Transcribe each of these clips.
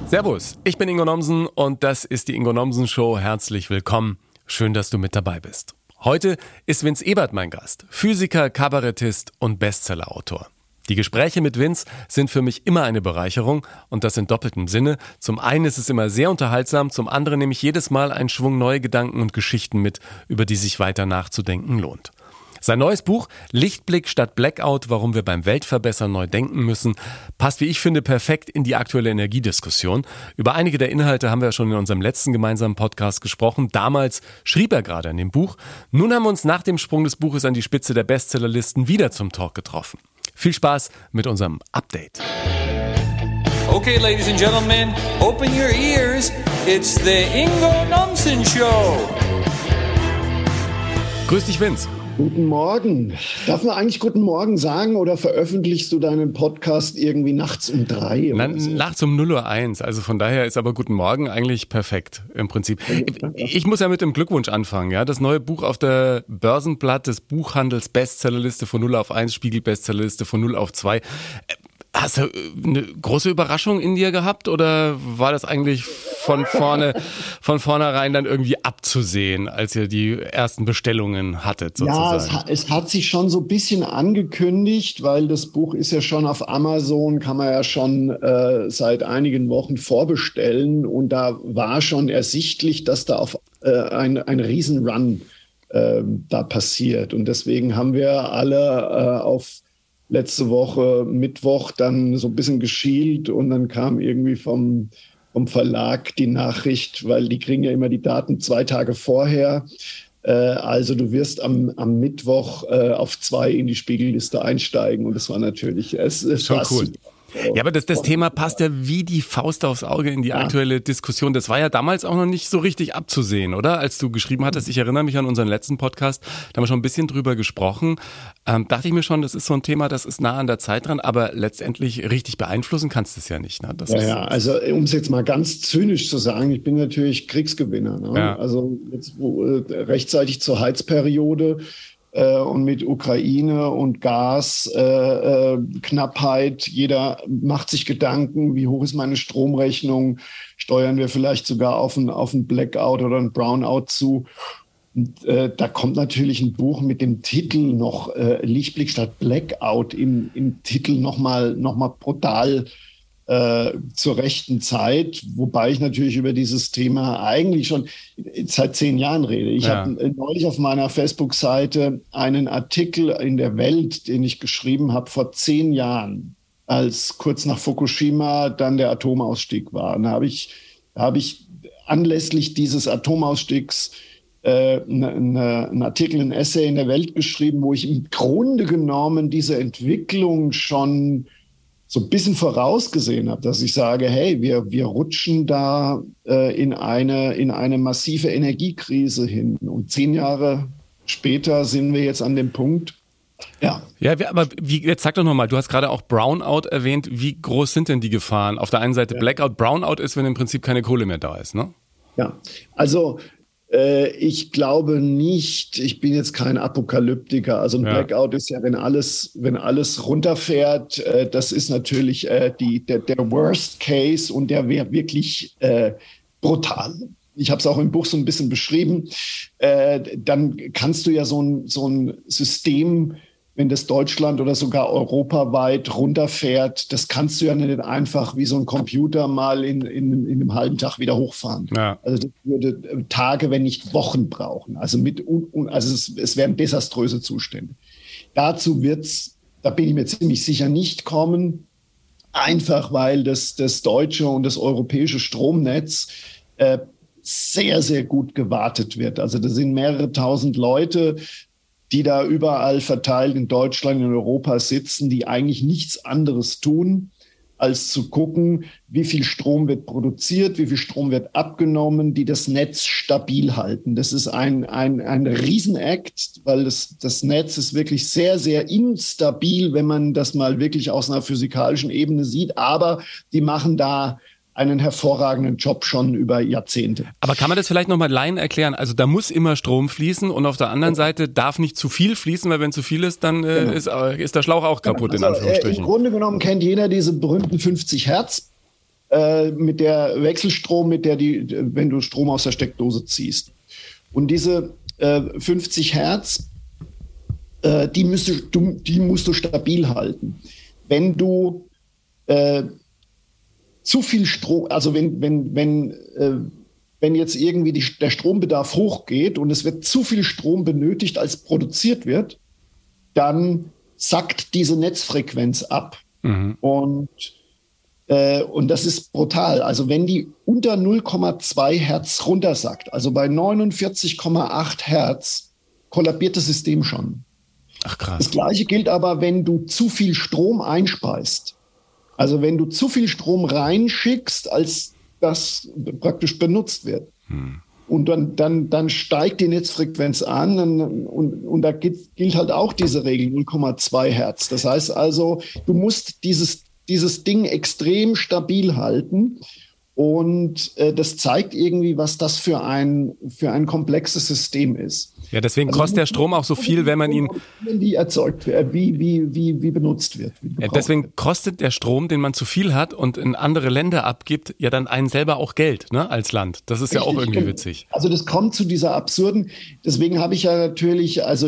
Servus, ich bin Ingo Nomsen und das ist die Ingo Nomsen Show. Herzlich willkommen. Schön, dass du mit dabei bist. Heute ist Vince Ebert mein Gast, Physiker, Kabarettist und Bestsellerautor. Die Gespräche mit Vince sind für mich immer eine Bereicherung und das in doppeltem Sinne. Zum einen ist es immer sehr unterhaltsam, zum anderen nehme ich jedes Mal einen Schwung neue Gedanken und Geschichten mit, über die sich weiter nachzudenken lohnt. Sein neues Buch Lichtblick statt Blackout, warum wir beim Weltverbessern neu denken müssen, passt, wie ich finde, perfekt in die aktuelle Energiediskussion. Über einige der Inhalte haben wir ja schon in unserem letzten gemeinsamen Podcast gesprochen. Damals schrieb er gerade an dem Buch. Nun haben wir uns nach dem Sprung des Buches an die Spitze der Bestsellerlisten wieder zum Talk getroffen. Viel Spaß mit unserem Update. Okay, ladies and gentlemen, open your ears. It's the Ingo Nomsen Show. Grüß dich, Vince. Guten Morgen. Darf man eigentlich Guten Morgen sagen oder veröffentlichst du deinen Podcast irgendwie nachts um 3? Nachts um 0:01 Uhr. Also von daher ist aber Guten Morgen eigentlich perfekt im Prinzip. Ich muss ja mit dem Glückwunsch anfangen. Ja, das neue Buch auf der Börsenblatt des Buchhandels Bestsellerliste von 0 auf 1, Spiegel Bestsellerliste von 0 auf 2. Hast du eine große Überraschung in dir gehabt oder war das eigentlich von vornherein dann irgendwie abzusehen, als ihr die ersten Bestellungen hattet sozusagen? Ja, es hat sich schon so ein bisschen angekündigt, weil das Buch ist ja schon auf Amazon, kann man ja schon seit einigen Wochen vorbestellen und da war schon ersichtlich, dass da auf ein Riesenrun da passiert und deswegen haben wir alle auf letzte Woche Mittwoch dann so ein bisschen geschielt und dann kam irgendwie vom Verlag die Nachricht, weil die kriegen ja immer die Daten 2 Tage vorher. Also du wirst am Mittwoch auf 2 in die Spiegelliste einsteigen und das war natürlich schon cool. Super. Ja, aber das Thema passt ja wie die Faust aufs Auge in die aktuelle Diskussion. Das war ja damals auch noch nicht so richtig abzusehen, oder? Als du geschrieben hattest, ich erinnere mich an unseren letzten Podcast, da haben wir schon ein bisschen drüber gesprochen. Dachte ich mir schon, das ist so ein Thema, das ist nah an der Zeit dran, aber letztendlich richtig beeinflussen kannst du es ja nicht. Ne? Also um es jetzt mal ganz zynisch zu sagen, ich bin natürlich Kriegsgewinner. Ne? Ja. Also jetzt rechtzeitig zur Heizperiode und mit Ukraine und Gasknappheit. Jeder macht sich Gedanken, wie hoch ist meine Stromrechnung? Steuern wir vielleicht sogar auf ein Blackout oder ein Brownout zu? Und, da kommt natürlich ein Buch mit dem Titel noch Lichtblick statt Blackout im Titel noch mal brutal zur rechten Zeit, wobei ich natürlich über dieses Thema eigentlich schon seit 10 Jahren rede. Ich habe neulich auf meiner Facebook-Seite einen Artikel in der Welt, den ich geschrieben habe vor 10 Jahren, als kurz nach Fukushima dann der Atomausstieg war. Und da habe ich anlässlich dieses Atomausstiegs einen Artikel, ein Essay in der Welt geschrieben, wo ich im Grunde genommen diese Entwicklung schon so ein bisschen vorausgesehen habe, dass ich sage, hey, wir rutschen da in eine massive Energiekrise hin. Und 10 Jahre später sind wir jetzt an dem Punkt. Ja, aber jetzt sag doch nochmal, du hast gerade auch Brownout erwähnt. Wie groß sind denn die Gefahren? Auf der einen Seite Blackout. Brownout ist, wenn im Prinzip keine Kohle mehr da ist, ne? Ja, also ich glaube nicht, ich bin jetzt kein Apokalyptiker, also ein Blackout ist ja, wenn alles runterfährt, das ist natürlich der Worst Case und der wäre wirklich brutal. Ich habe es auch im Buch so ein bisschen beschrieben. Dann kannst du ja so ein System, wenn das Deutschland oder sogar europaweit runterfährt, das kannst du ja nicht einfach wie so ein Computer mal in einem halben Tag wieder hochfahren. Ja. Also das würde Tage, wenn nicht Wochen brauchen. Also es wären desaströse Zustände. Dazu wird's, da bin ich mir ziemlich sicher, nicht kommen, einfach weil das deutsche und das europäische Stromnetz sehr, sehr gut gewartet wird. Also das sind mehrere tausend Leute, die da überall verteilt in Deutschland, in Europa sitzen, die eigentlich nichts anderes tun, als zu gucken, wie viel Strom wird produziert, wie viel Strom wird abgenommen, die das Netz stabil halten. Das ist ein Riesenakt, weil das Netz ist wirklich sehr, sehr instabil, wenn man das mal wirklich aus einer physikalischen Ebene sieht. Aber die machen da einen hervorragenden Job schon über Jahrzehnte. Aber kann man das vielleicht nochmal Laien erklären? Also da muss immer Strom fließen und auf der anderen Seite darf nicht zu viel fließen, weil wenn zu viel ist, dann ist der Schlauch auch kaputt, in Anführungsstrichen. Im Grunde genommen kennt jeder diese berühmten 50 Hertz. mit der Wechselstrom, wenn du Strom aus der Steckdose ziehst. Und diese 50 Hertz, die musst du stabil halten. Wenn du zu viel Strom, also wenn jetzt irgendwie der Strombedarf hochgeht und es wird zu viel Strom benötigt, als produziert wird, dann sackt diese Netzfrequenz ab. Mhm. Und das ist brutal. Also wenn die unter 0,2 Hertz runtersackt, also bei 49,8 Hertz, kollabiert das System schon. Ach krass. Das Gleiche gilt aber, wenn du zu viel Strom einspeist. Also wenn du zu viel Strom reinschickst, als das praktisch benutzt wird. Und dann steigt die Netzfrequenz an und da gilt halt auch diese Regel 0,2 Hertz. Das heißt also, du musst dieses Ding extrem stabil halten. Und das zeigt irgendwie, was das für ein komplexes System ist. Ja, deswegen kostet der Strom auch so viel, wenn man ihn... Wie erzeugt wird, wie benutzt wird. Ja, deswegen kostet der Strom, den man zu viel hat und in andere Länder abgibt, ja dann einen selber auch Geld, ne, als Land. Das ist richtig, ja auch irgendwie witzig. Also das kommt zu dieser absurden... Deswegen habe ich ja natürlich... Also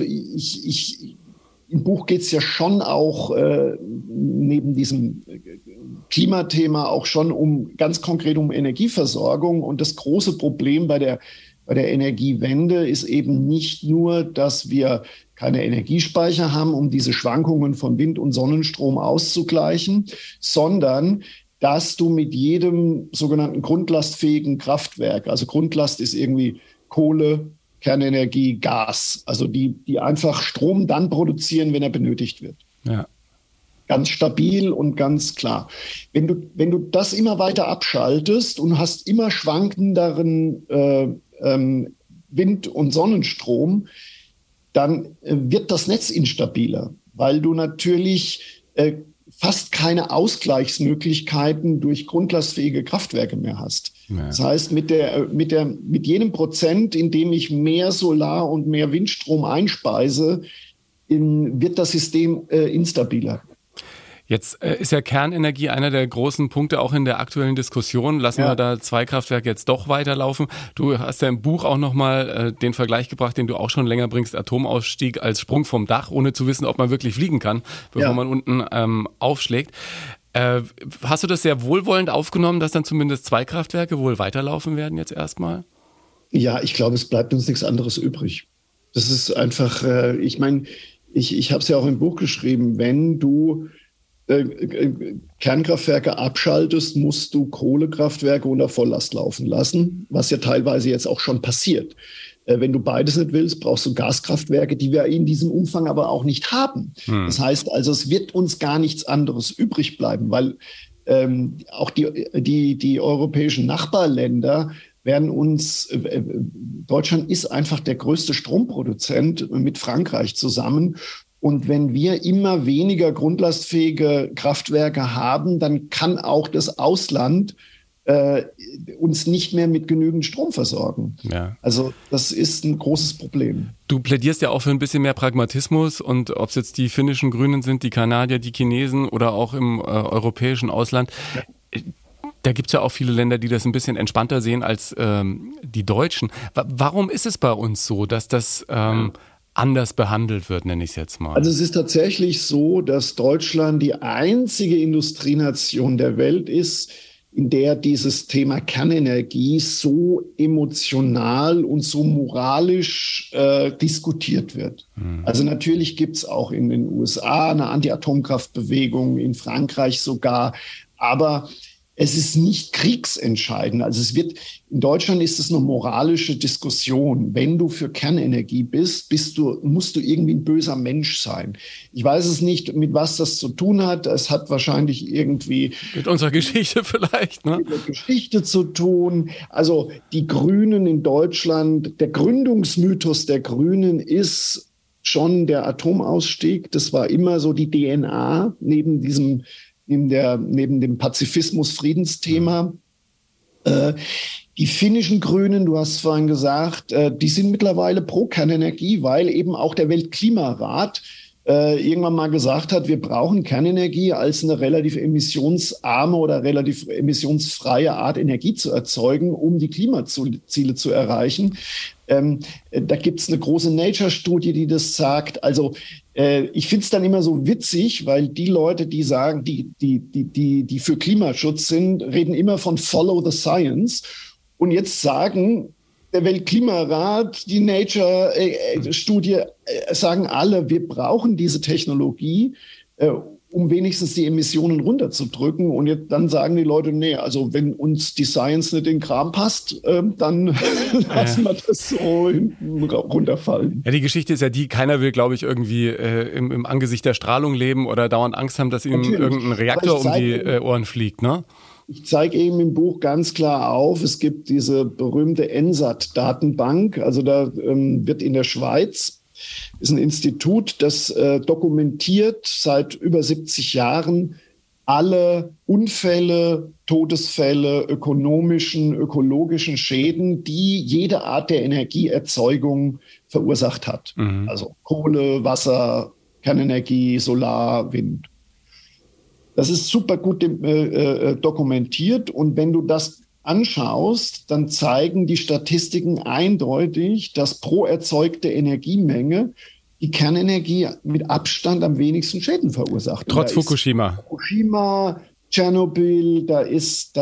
im Buch geht es ja schon auch neben diesem Klimathema auch schon ganz konkret um Energieversorgung. Und das große Problem bei der Energiewende ist eben nicht nur, dass wir keine Energiespeicher haben, um diese Schwankungen von Wind- und Sonnenstrom auszugleichen, sondern dass du mit jedem sogenannten grundlastfähigen Kraftwerk, also Grundlast ist irgendwie Kohle, Kernenergie, Gas, also die einfach Strom dann produzieren, wenn er benötigt wird. Ja. Ganz stabil und ganz klar. Wenn du das immer weiter abschaltest und hast immer schwankenderen Wind- und Sonnenstrom, dann wird das Netz instabiler, weil du natürlich fast keine Ausgleichsmöglichkeiten durch grundlastfähige Kraftwerke mehr hast. Ja. Das heißt, mit jedem Prozent, in dem ich mehr Solar- und mehr Windstrom einspeise, wird das System instabiler. Jetzt ist ja Kernenergie einer der großen Punkte auch in der aktuellen Diskussion. Lassen wir da zwei Kraftwerke jetzt doch weiterlaufen. Du hast ja im Buch auch nochmal den Vergleich gebracht, den du auch schon länger bringst, Atomausstieg als Sprung vom Dach, ohne zu wissen, ob man wirklich fliegen kann, bevor man unten aufschlägt. Hast du das sehr wohlwollend aufgenommen, dass dann zumindest zwei Kraftwerke wohl weiterlaufen werden jetzt erstmal? Ja, ich glaube, es bleibt uns nichts anderes übrig. Das ist einfach, ich meine, ich habe es ja auch im Buch geschrieben, wenn du Kernkraftwerke abschaltest, musst du Kohlekraftwerke unter Volllast laufen lassen, was ja teilweise jetzt auch schon passiert. Wenn du beides nicht willst, brauchst du Gaskraftwerke, die wir in diesem Umfang aber auch nicht haben. Das heißt also, es wird uns gar nichts anderes übrig bleiben, weil auch die europäischen Nachbarländer werden uns, Deutschland ist einfach der größte Stromproduzent mit Frankreich zusammen. Und wenn wir immer weniger grundlastfähige Kraftwerke haben, dann kann auch das Ausland uns nicht mehr mit genügend Strom versorgen. Ja. Also das ist ein großes Problem. Du plädierst ja auch für ein bisschen mehr Pragmatismus und ob es jetzt die finnischen Grünen sind, die Kanadier, die Chinesen oder auch im europäischen Ausland. Ja. Da gibt es ja auch viele Länder, die das ein bisschen entspannter sehen als die Deutschen. Warum ist es bei uns so, dass das anders behandelt wird, nenne ich es jetzt mal? Also es ist tatsächlich so, dass Deutschland die einzige Industrienation der Welt ist, in der dieses Thema Kernenergie so emotional und so moralisch diskutiert wird. Also natürlich gibt es auch in den USA eine Anti-Atomkraftbewegung, in Frankreich sogar, aber es ist nicht kriegsentscheidend. Also in Deutschland ist es eine moralische Diskussion. Wenn du für Kernenergie bist, musst du irgendwie ein böser Mensch sein. Ich weiß es nicht, mit was das zu tun hat. Es hat wahrscheinlich irgendwie mit unserer Geschichte vielleicht, ne? Mit der Geschichte zu tun. Also die Grünen in Deutschland, der Gründungsmythos der Grünen ist schon der Atomausstieg. Das war immer so die DNA neben dem Pazifismus-Friedensthema. Die finnischen Grünen, du hast vorhin gesagt, die sind mittlerweile pro Kernenergie, weil eben auch der Weltklimarat irgendwann mal gesagt hat, wir brauchen Kernenergie als eine relativ emissionsarme oder relativ emissionsfreie Art Energie zu erzeugen, um die Klimaziele zu erreichen. Da gibt es eine große Nature-Studie, die das sagt. Also ich finde es dann immer so witzig, weil die Leute, die sagen, die für Klimaschutz sind, reden immer von Follow the Science und jetzt sagen, der Weltklimarat, die Nature-Studie sagen alle, wir brauchen diese Technologie, um wenigstens die Emissionen runterzudrücken. Und dann sagen die Leute, nee, also wenn uns die Science nicht in den Kram passt, dann lassen wir das so hinten runterfallen. Ja, die Geschichte ist ja die, keiner will, glaube ich, irgendwie im Angesicht der Strahlung leben oder dauernd Angst haben, dass ihm irgendein Reaktor um die Ohren fliegt, ne? Ich zeige eben im Buch ganz klar auf, es gibt diese berühmte NSAT-Datenbank, also da wird in der Schweiz, ist ein Institut, das dokumentiert seit über 70 Jahren alle Unfälle, Todesfälle, ökologischen Schäden, die jede Art der Energieerzeugung verursacht hat. Mhm. Also Kohle, Wasser, Kernenergie, Solar, Wind. Das ist super gut dokumentiert und wenn du das anschaust, dann zeigen die Statistiken eindeutig, dass pro erzeugte Energiemenge die Kernenergie mit Abstand am wenigsten Schäden verursacht. Trotz Fukushima. Fukushima, Tschernobyl, da ist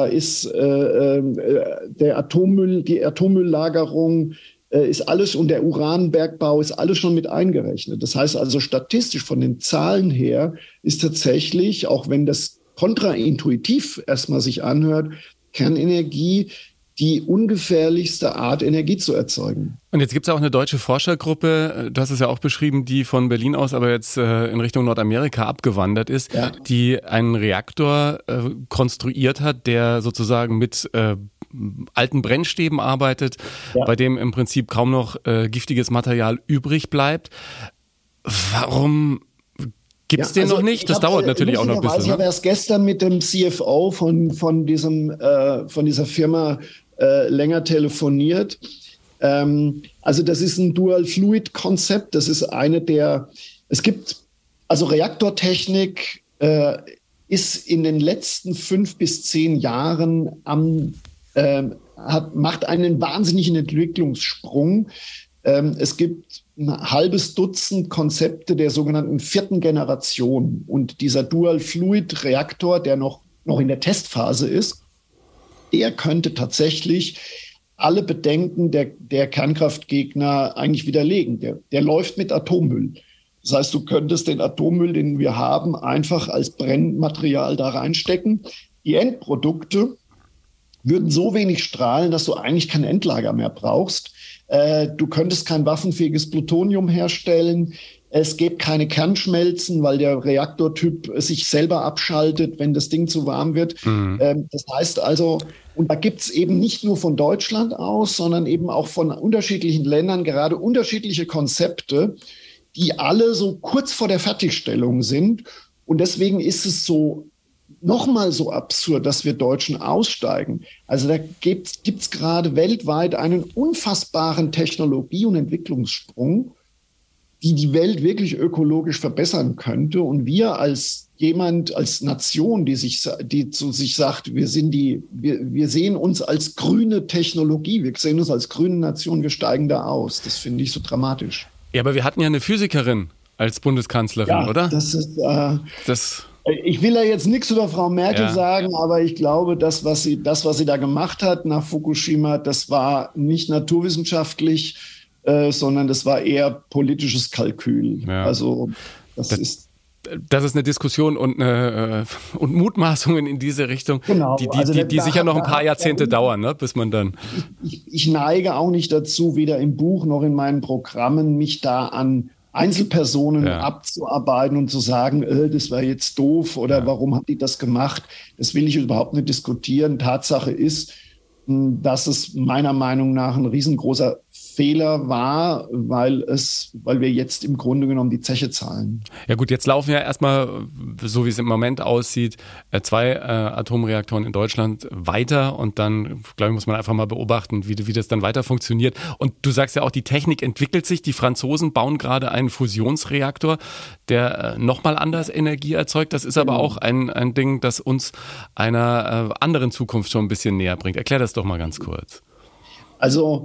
der Atommüll, die Atommülllagerung, ist alles und der Uranbergbau ist alles schon mit eingerechnet. Das heißt also statistisch von den Zahlen her ist tatsächlich, auch wenn das kontraintuitiv erstmal sich anhört, Kernenergie die ungefährlichste Art, Energie zu erzeugen. Und jetzt gibt es auch eine deutsche Forschergruppe, du hast es ja auch beschrieben, die von Berlin aus aber jetzt in Richtung Nordamerika abgewandert ist, ja, die einen Reaktor konstruiert hat, der sozusagen mit alten Brennstäben arbeitet, ja, bei dem im Prinzip kaum noch giftiges Material übrig bleibt. Warum gibt es den noch nicht? Das dauert natürlich auch noch ein bisschen. Ich habe erst gestern mit dem CFO von dieser Firma länger telefoniert. Also das ist ein Dual-Fluid-Konzept. Das ist Reaktortechnik ist in den letzten 5 bis 10 Jahren macht einen wahnsinnigen Entwicklungssprung. Es gibt ein halbes Dutzend Konzepte der sogenannten 4. Generation. Und dieser Dual-Fluid-Reaktor, der noch in der Testphase ist, der könnte tatsächlich alle Bedenken der Kernkraftgegner eigentlich widerlegen. Der läuft mit Atommüll. Das heißt, du könntest den Atommüll, den wir haben, einfach als Brennmaterial da reinstecken. Die Endprodukte würden so wenig strahlen, dass du eigentlich kein Endlager mehr brauchst. Du könntest kein waffenfähiges Plutonium herstellen. Es gäbe keine Kernschmelzen, weil der Reaktortyp sich selber abschaltet, wenn das Ding zu warm wird. Mhm. Das heißt also, und da gibt es eben nicht nur von Deutschland aus, sondern eben auch von unterschiedlichen Ländern gerade unterschiedliche Konzepte, die alle so kurz vor der Fertigstellung sind. Und deswegen ist es so nochmal so absurd, dass wir Deutschen aussteigen. Also da gibt's gerade weltweit einen unfassbaren Technologie- und Entwicklungssprung, die Welt wirklich ökologisch verbessern könnte. Und wir als Nation, die zu sich sagt, wir sehen uns als grüne Technologie, wir sehen uns als grüne Nation, wir steigen da aus. Das finde ich so dramatisch. Ja, aber wir hatten ja eine Physikerin als Bundeskanzlerin, ja, oder? Das ist ich will ja jetzt nichts über Frau Merkel sagen, aber ich glaube, das, was sie da gemacht hat nach Fukushima, das war nicht naturwissenschaftlich, sondern das war eher politisches Kalkül. Ja. Also das ist eine Diskussion und Mutmaßungen in diese Richtung, genau, die sicher noch ein paar Jahrzehnte dauern, ne, bis man dann... Ich neige auch nicht dazu, weder im Buch noch in meinen Programmen, mich da an Einzelpersonen abzuarbeiten und zu sagen, das war jetzt doof oder warum hat die das gemacht? Das will ich überhaupt nicht diskutieren. Tatsache ist, dass es meiner Meinung nach ein riesengroßer Fehler war, weil wir jetzt im Grunde genommen die Zeche zahlen. Ja gut, jetzt laufen ja erstmal, so wie es im Moment aussieht, 2 Atomreaktoren in Deutschland weiter und dann, glaube ich, muss man einfach mal beobachten, wie das dann weiter funktioniert. Und du sagst ja auch, die Technik entwickelt sich. Die Franzosen bauen gerade einen Fusionsreaktor, der nochmal anders Energie erzeugt. Das ist aber auch ein Ding, das uns einer anderen Zukunft schon ein bisschen näher bringt. Erklär das doch mal ganz kurz. Also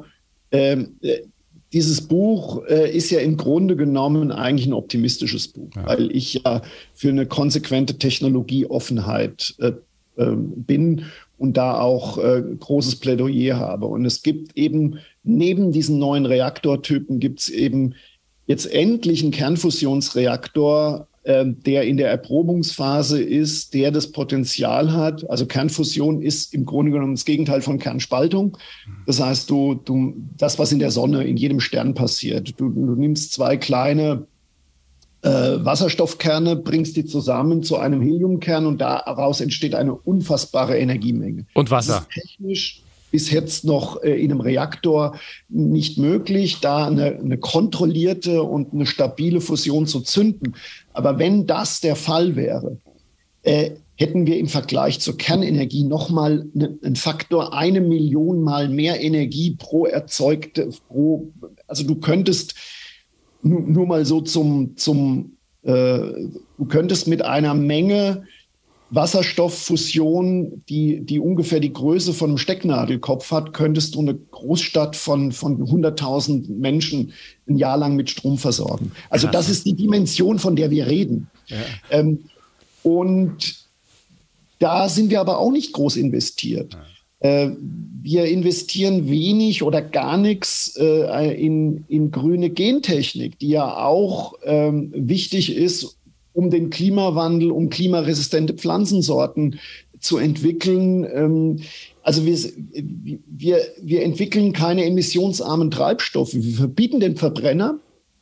dieses Buch ist ja im Grunde genommen eigentlich ein optimistisches Buch, weil ich ja für eine konsequente Technologieoffenheit bin und da auch großes Plädoyer habe. Und es gibt eben neben diesen neuen Reaktortypen gibt es eben jetzt endlich einen Kernfusionsreaktor, der in der Erprobungsphase ist, der das Potenzial hat. Also Kernfusion ist im Grunde genommen das Gegenteil von Kernspaltung. Das heißt, das, was in der Sonne, in jedem Stern passiert, du nimmst 2 kleine Wasserstoffkerne, bringst die zusammen zu einem Heliumkern und daraus entsteht eine unfassbare Energiemenge. Und Wasser. Das ist technisch bis jetzt noch in einem Reaktor nicht möglich, da eine kontrollierte und eine stabile Fusion zu zünden. Aber wenn das der Fall wäre, hätten wir im Vergleich zur Kernenergie nochmal einen Faktor 1 Million Mal mehr Energie pro erzeugte, also du könntest nur mal so du könntest mit einer Menge Wasserstofffusion, die ungefähr die Größe von einem Stecknadelkopf hat, könntest du eine Großstadt von 100.000 Menschen ein Jahr lang mit Strom versorgen. Also das ist die Dimension, von der wir reden. Ja. Und da sind wir aber auch nicht groß investiert. Wir investieren wenig oder gar nichts in grüne Gentechnik, die ja auch wichtig ist, um den Klimawandel, um klimaresistente Pflanzensorten zu entwickeln. Also wir entwickeln keine emissionsarmen Treibstoffe. Wir verbieten den Verbrenner,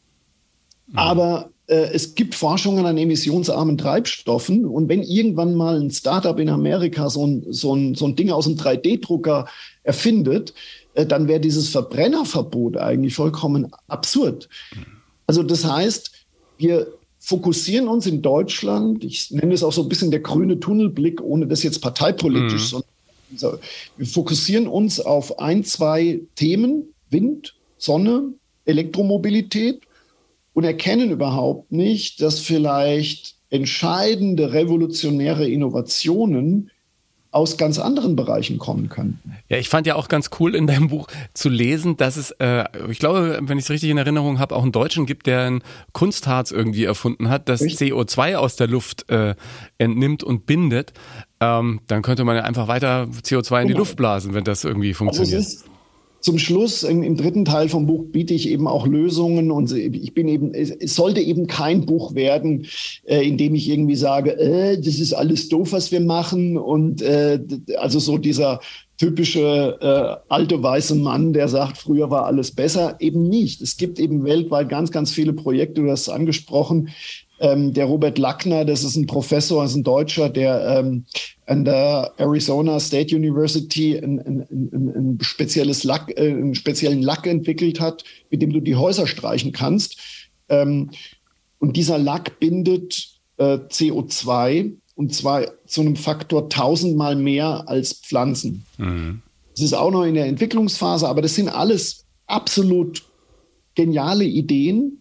aber es gibt Forschungen an emissionsarmen Treibstoffen. Und wenn irgendwann mal ein Startup in Amerika so ein Ding aus einem 3D-Drucker erfindet, dann wäre dieses Verbrennerverbot eigentlich vollkommen absurd. Also das heißt, wir fokussieren uns in Deutschland, ich nenne es auch so ein bisschen der grüne Tunnelblick, ohne das jetzt parteipolitisch, sondern wir fokussieren uns auf 1, 2 Themen, Wind, Sonne, Elektromobilität, und erkennen überhaupt nicht, dass vielleicht entscheidende revolutionäre Innovationen aus ganz anderen Bereichen kommen können. Ja, ich fand ja auch ganz cool in deinem Buch zu lesen, dass es, ich glaube, wenn ich es richtig in Erinnerung habe, auch einen Deutschen gibt, der ein Kunstharz irgendwie erfunden hat, das CO2 aus der Luft entnimmt und bindet. Dann könnte man ja einfach weiter CO2 in die Luft blasen, wenn das irgendwie funktioniert. Also zum Schluss, im 3. Teil vom Buch, biete ich eben auch Lösungen und es sollte eben kein Buch werden, in dem ich irgendwie sage, das ist alles doof, was wir machen, und also so dieser typische alte weiße Mann, der sagt, früher war alles besser, eben nicht. Es gibt eben weltweit ganz, ganz viele Projekte, du hast es angesprochen. Der Robert Lackner, das ist ein Professor, ist ein Deutscher, der an der Arizona State University einen speziellen Lack entwickelt hat, mit dem du die Häuser streichen kannst. Und dieser Lack bindet CO2, und zwar zu einem Faktor 1000-mal mehr als Pflanzen. Das ist auch noch in der Entwicklungsphase, aber das sind alles absolut geniale Ideen.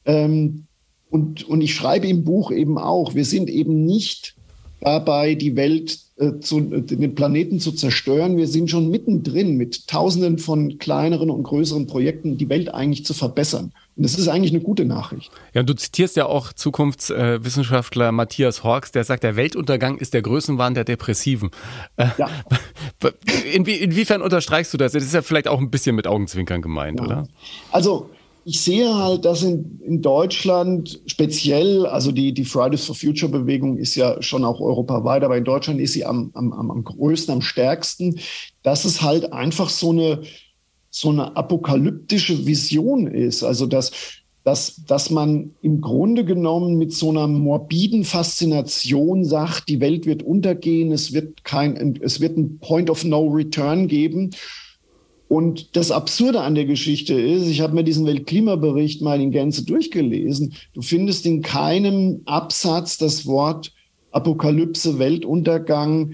Und ich schreibe im Buch eben auch, wir sind eben nicht dabei, die Welt, den Planeten zu zerstören. Wir sind schon mittendrin mit Tausenden von kleineren und größeren Projekten, die Welt eigentlich zu verbessern. Und das ist eigentlich eine gute Nachricht. Ja, und du zitierst ja auch Zukunftswissenschaftler Matthias Horks, der sagt, der Weltuntergang ist der Größenwahn der Depressiven. Ja. Inwiefern unterstreichst du das? Das ist ja vielleicht auch ein bisschen mit Augenzwinkern gemeint, oder? Also ich sehe halt, dass in Deutschland speziell, also die Fridays for Future Bewegung ist ja schon auch europaweit, aber in Deutschland ist sie am größten, am stärksten, dass es halt einfach so eine apokalyptische Vision ist. Also dass man im Grunde genommen mit so einer morbiden Faszination sagt, die Welt wird untergehen, es wird ein Point of No Return geben. Und das Absurde an der Geschichte ist, ich habe mir diesen Weltklimabericht mal in Gänze durchgelesen. Du findest in keinem Absatz das Wort Apokalypse, Weltuntergang.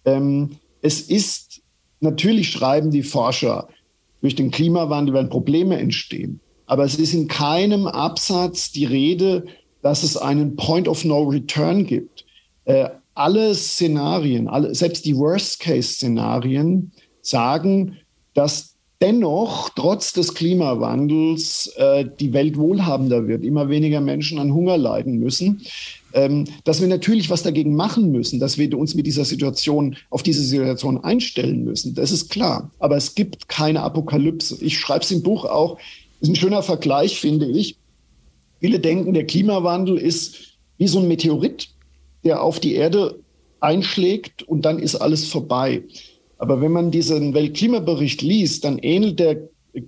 Es ist, natürlich schreiben die Forscher, durch den Klimawandel werden Probleme entstehen. Aber es ist in keinem Absatz die Rede, dass es einen Point of No Return gibt. Alle Szenarien, selbst die Worst-Case-Szenarien sagen, dass dennoch trotz des Klimawandels die Welt wohlhabender wird, immer weniger Menschen an Hunger leiden müssen, dass wir natürlich was dagegen machen müssen, dass wir uns mit dieser Situation, auf diese Situation einstellen müssen. Das ist klar. Aber es gibt keine Apokalypse. Ich schreibe es im Buch auch, ist ein schöner Vergleich, finde ich. Viele denken, der Klimawandel ist wie so ein Meteorit, der auf die Erde einschlägt und dann ist alles vorbei. Aber wenn man diesen Weltklimabericht liest, dann ähnelt der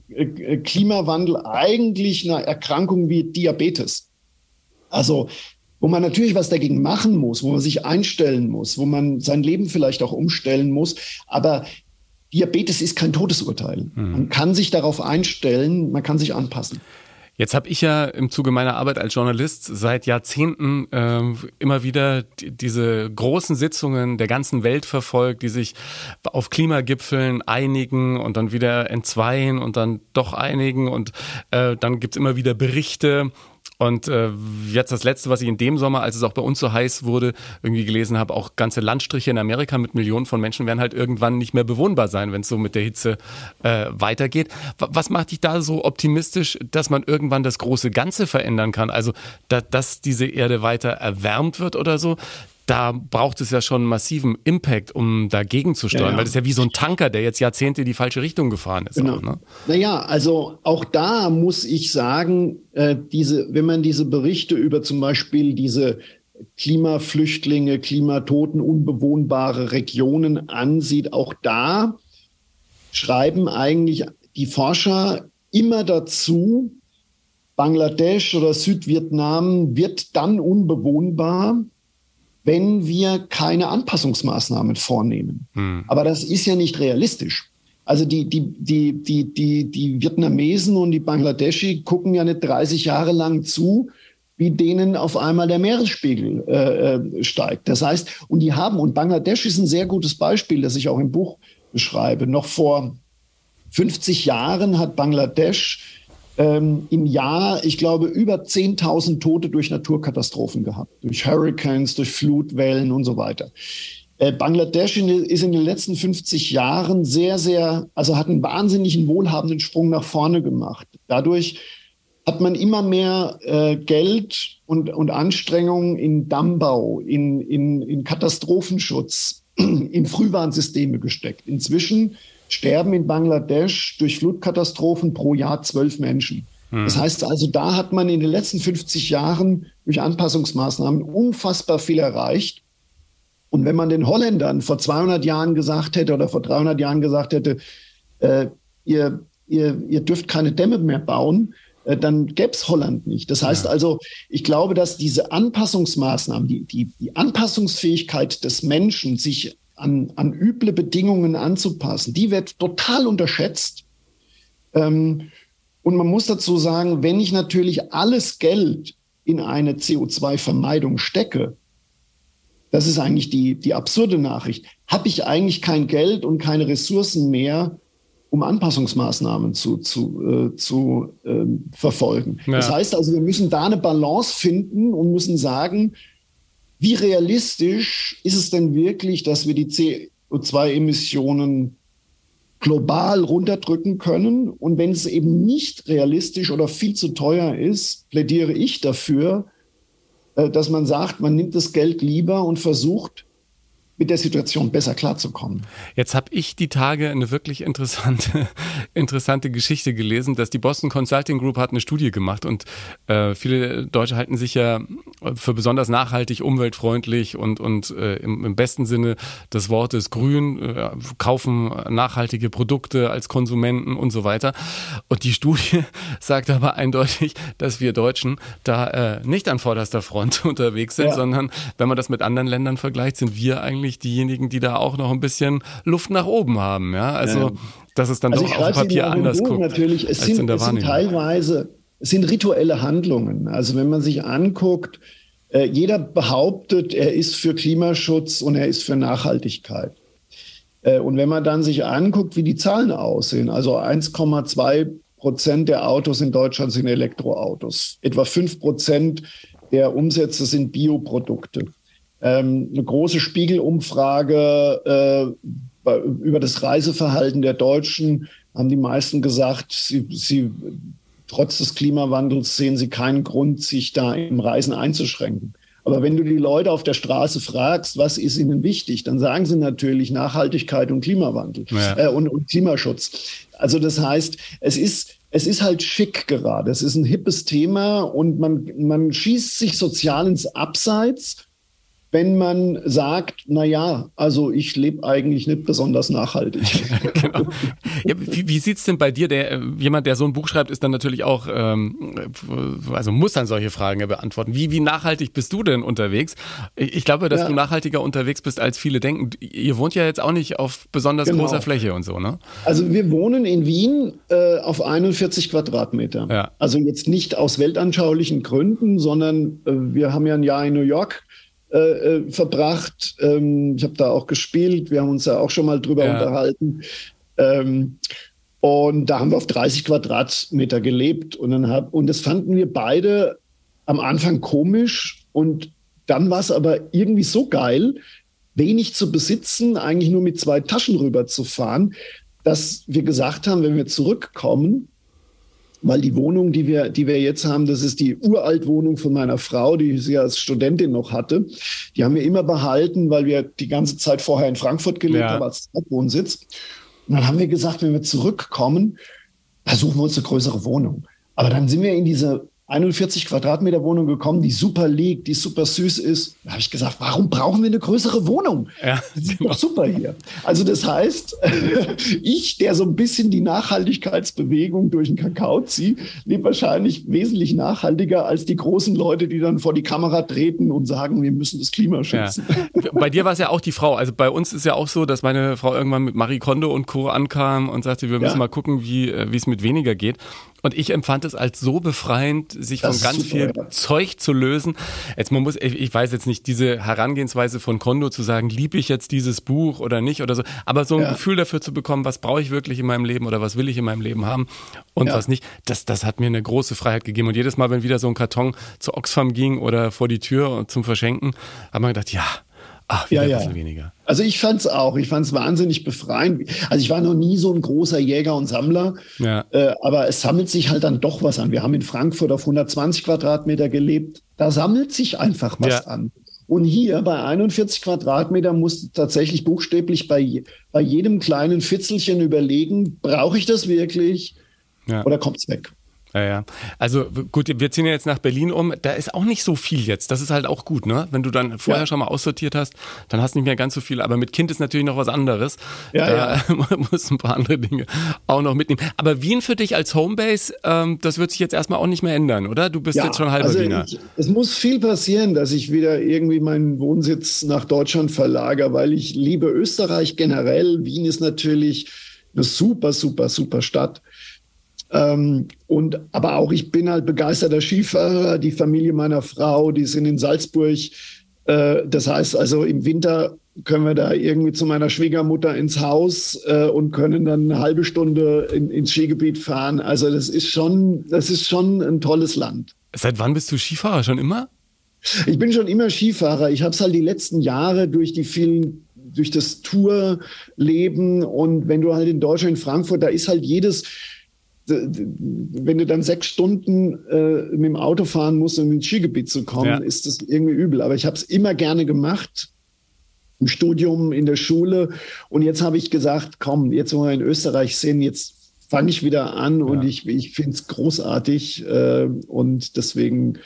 Klimawandel eigentlich einer Erkrankung wie Diabetes. Also wo man natürlich was dagegen machen muss, wo man sich einstellen muss, wo man sein Leben vielleicht auch umstellen muss. Aber Diabetes ist kein Todesurteil. Man kann sich darauf einstellen, man kann sich anpassen. Jetzt habe ich ja im Zuge meiner Arbeit als Journalist seit Jahrzehnten immer wieder diese großen Sitzungen der ganzen Welt verfolgt, die sich auf Klimagipfeln einigen und dann wieder entzweien und dann doch einigen und dann gibt's immer wieder Berichte. Und jetzt das Letzte, was ich in dem Sommer, als es auch bei uns so heiß wurde, irgendwie gelesen habe, auch ganze Landstriche in Amerika mit Millionen von Menschen werden halt irgendwann nicht mehr bewohnbar sein, wenn es so mit der Hitze weitergeht. Was macht dich da so optimistisch, dass man irgendwann das große Ganze verändern kann? Also, dass diese Erde weiter erwärmt wird oder so? Da braucht es ja schon einen massiven Impact, um dagegen zu steuern, weil das ist ja wie so ein Tanker, der jetzt Jahrzehnte in die falsche Richtung gefahren ist. Genau. Auch, ne? Naja, also auch da muss ich sagen, wenn man diese Berichte über zum Beispiel diese Klimaflüchtlinge, Klimatoten, unbewohnbare Regionen ansieht, auch da schreiben eigentlich die Forscher immer dazu, Bangladesch oder Südvietnam wird dann unbewohnbar, wenn wir keine Anpassungsmaßnahmen vornehmen. Aber das ist ja nicht realistisch. Also die Vietnamesen und die Bangladeschi gucken ja nicht 30 Jahre lang zu, wie denen auf einmal der Meeresspiegel steigt. Das heißt, und Bangladesch ist ein sehr gutes Beispiel, das ich auch im Buch beschreibe. Noch vor 50 Jahren hat Bangladesch im Jahr, ich glaube, über 10.000 Tote durch Naturkatastrophen gehabt, durch Hurricanes, durch Flutwellen und so weiter. Bangladesch ist in den letzten 50 Jahren hat einen wahnsinnigen wohlhabenden Sprung nach vorne gemacht. Dadurch hat man immer mehr Geld und Anstrengungen in Dammbau, in Katastrophenschutz, in Frühwarnsysteme gesteckt. Inzwischen sterben in Bangladesch durch Flutkatastrophen pro Jahr 12 Menschen. Das heißt also, da hat man in den letzten 50 Jahren durch Anpassungsmaßnahmen unfassbar viel erreicht. Und wenn man den Holländern vor 200 Jahren gesagt hätte oder vor 300 Jahren gesagt hätte, ihr dürft keine Dämme mehr bauen, dann gäbe es Holland nicht. Das heißt also, ich glaube, dass diese Anpassungsmaßnahmen, die Anpassungsfähigkeit des Menschen, sich an üble Bedingungen anzupassen, die wird total unterschätzt. Und man muss dazu sagen, wenn ich natürlich alles Geld in eine CO2-Vermeidung stecke, das ist eigentlich die absurde Nachricht, habe ich eigentlich kein Geld und keine Ressourcen mehr, um Anpassungsmaßnahmen zu verfolgen. Ja. Das heißt also, wir müssen da eine Balance finden und müssen sagen, wie realistisch ist es denn wirklich, dass wir die CO2-Emissionen global runterdrücken können? Und wenn es eben nicht realistisch oder viel zu teuer ist, plädiere ich dafür, dass man sagt, man nimmt das Geld lieber und versucht, mit der Situation besser klarzukommen. Jetzt habe ich die Tage eine wirklich interessante Geschichte gelesen, dass die Boston Consulting Group hat eine Studie gemacht und viele Deutsche halten sich ja für besonders nachhaltig, umweltfreundlich und im besten Sinne des Wortes grün, kaufen nachhaltige Produkte als Konsumenten und so weiter. Und die Studie sagt aber eindeutig, dass wir Deutschen da nicht an vorderster Front unterwegs sind, sondern wenn man das mit anderen Ländern vergleicht, sind wir eigentlich eigentlich diejenigen, die da auch noch ein bisschen Luft nach oben haben. Ja, also dass es dann doch auf dem Papier anders guckt. Natürlich, es sind teilweise, es sind rituelle Handlungen. Also wenn man sich anguckt, jeder behauptet, er ist für Klimaschutz und er ist für Nachhaltigkeit. Und wenn man dann sich anguckt, wie die Zahlen aussehen, also 1,2% der Autos in Deutschland sind Elektroautos, etwa 5% der Umsätze sind Bioprodukte. Eine große Spiegelumfrage über das Reiseverhalten der Deutschen haben die meisten gesagt, sie trotz des Klimawandels sehen sie keinen Grund, sich da im Reisen einzuschränken. Aber wenn du die Leute auf der Straße fragst, was ist ihnen wichtig, dann sagen sie natürlich Nachhaltigkeit und Klimawandel und Klimaschutz. Also das heißt, es ist halt schick gerade. Es ist ein hippes Thema und man schießt sich sozial ins Abseits, wenn man sagt, naja, also ich lebe eigentlich nicht besonders nachhaltig. Genau. Ja, wie sieht es denn bei dir? Jemand, der so ein Buch schreibt, ist dann natürlich auch, also muss dann solche Fragen beantworten. Wie nachhaltig bist du denn unterwegs? Ich glaube, dass du nachhaltiger unterwegs bist, als viele denken. Ihr wohnt ja jetzt auch nicht auf besonders großer Fläche und so, ne? Also wir wohnen in Wien auf 41 Quadratmeter. Ja. Also jetzt nicht aus weltanschaulichen Gründen, sondern wir haben ja ein Jahr in New York verbracht. Ich habe da auch gespielt. Wir haben uns ja auch schon mal drüber unterhalten. Und da haben wir auf 30 Quadratmeter gelebt. Und das fanden wir beide am Anfang komisch. Und dann war es aber irgendwie so geil, wenig zu besitzen, eigentlich nur mit 2 Taschen rüber zu fahren, dass wir gesagt haben, wenn wir zurückkommen, weil die Wohnung, die wir jetzt haben, das ist die Uraltwohnung von meiner Frau, die sie als Studentin noch hatte. Die haben wir immer behalten, weil wir die ganze Zeit vorher in Frankfurt gelebt haben als Wohnsitz. Und dann haben wir gesagt, wenn wir zurückkommen, da suchen wir uns eine größere Wohnung. Aber dann sind wir in diese 41 Quadratmeter Wohnung gekommen, die super liegt, die super süß ist. Da habe ich gesagt, warum brauchen wir eine größere Wohnung? Ja, das ist doch super hier. Also das heißt, ich, der so ein bisschen die Nachhaltigkeitsbewegung durch den Kakao ziehe, lebe wahrscheinlich wesentlich nachhaltiger als die großen Leute, die dann vor die Kamera treten und sagen, wir müssen das Klima schützen. Ja. Bei dir war es ja auch die Frau. Also bei uns ist ja auch so, dass meine Frau irgendwann mit Marie Kondo und Co. ankam und sagte, wir müssen mal gucken, wie es mit weniger geht. Und ich empfand es als so befreiend, sich von ganz viel Zeug zu lösen. Jetzt ich weiß jetzt nicht, diese Herangehensweise von Kondo zu sagen, liebe ich jetzt dieses Buch oder nicht oder so, aber so ein Gefühl dafür zu bekommen, was brauche ich wirklich in meinem Leben oder was will ich in meinem Leben haben und was nicht, das hat mir eine große Freiheit gegeben. Und jedes Mal, wenn wieder so ein Karton zur Oxfam ging oder vor die Tür zum Verschenken, hat man gedacht, wieder ein bisschen weniger. Also ich fand es auch. Ich fand es wahnsinnig befreiend. Also ich war noch nie so ein großer Jäger und Sammler, aber es sammelt sich halt dann doch was an. Wir haben in Frankfurt auf 120 Quadratmeter gelebt. Da sammelt sich einfach was an. Und hier bei 41 Quadratmetern musst du tatsächlich buchstäblich bei jedem kleinen Fitzelchen überlegen, brauche ich das wirklich oder kommt es weg? Ja. Also gut, wir ziehen ja jetzt nach Berlin um. Da ist auch nicht so viel jetzt. Das ist halt auch gut, ne? Wenn du dann vorher schon mal aussortiert hast, dann hast du nicht mehr ganz so viel. Aber mit Kind ist natürlich noch was anderes. Da musst du ein paar andere Dinge auch noch mitnehmen. Aber Wien für dich als Homebase, das wird sich jetzt erstmal auch nicht mehr ändern, oder? Du bist jetzt schon halber Wiener. Es muss viel passieren, dass ich wieder irgendwie meinen Wohnsitz nach Deutschland verlagere, weil ich liebe Österreich generell. Wien ist natürlich eine super, super, super Stadt. Aber auch ich bin halt begeisterter Skifahrer. Die Familie meiner Frau, die sind in Salzburg. Das heißt also, im Winter können wir da irgendwie zu meiner Schwiegermutter ins Haus und können dann eine halbe Stunde ins Skigebiet fahren. Also das ist schon ein tolles Land. Seit wann bist du Skifahrer? Schon immer? Ich bin schon immer Skifahrer. Ich habe es halt die letzten Jahre durch das Tourleben und wenn du halt in Deutschland, in Frankfurt, da ist halt wenn du dann 6 Stunden mit dem Auto fahren musst, um ins Skigebiet zu kommen, ist das irgendwie übel. Aber ich habe es immer gerne gemacht, im Studium, in der Schule. Und jetzt habe ich gesagt, komm, jetzt wo wir in Österreich sind, jetzt fange ich wieder an und ich finde es großartig. Und deswegen,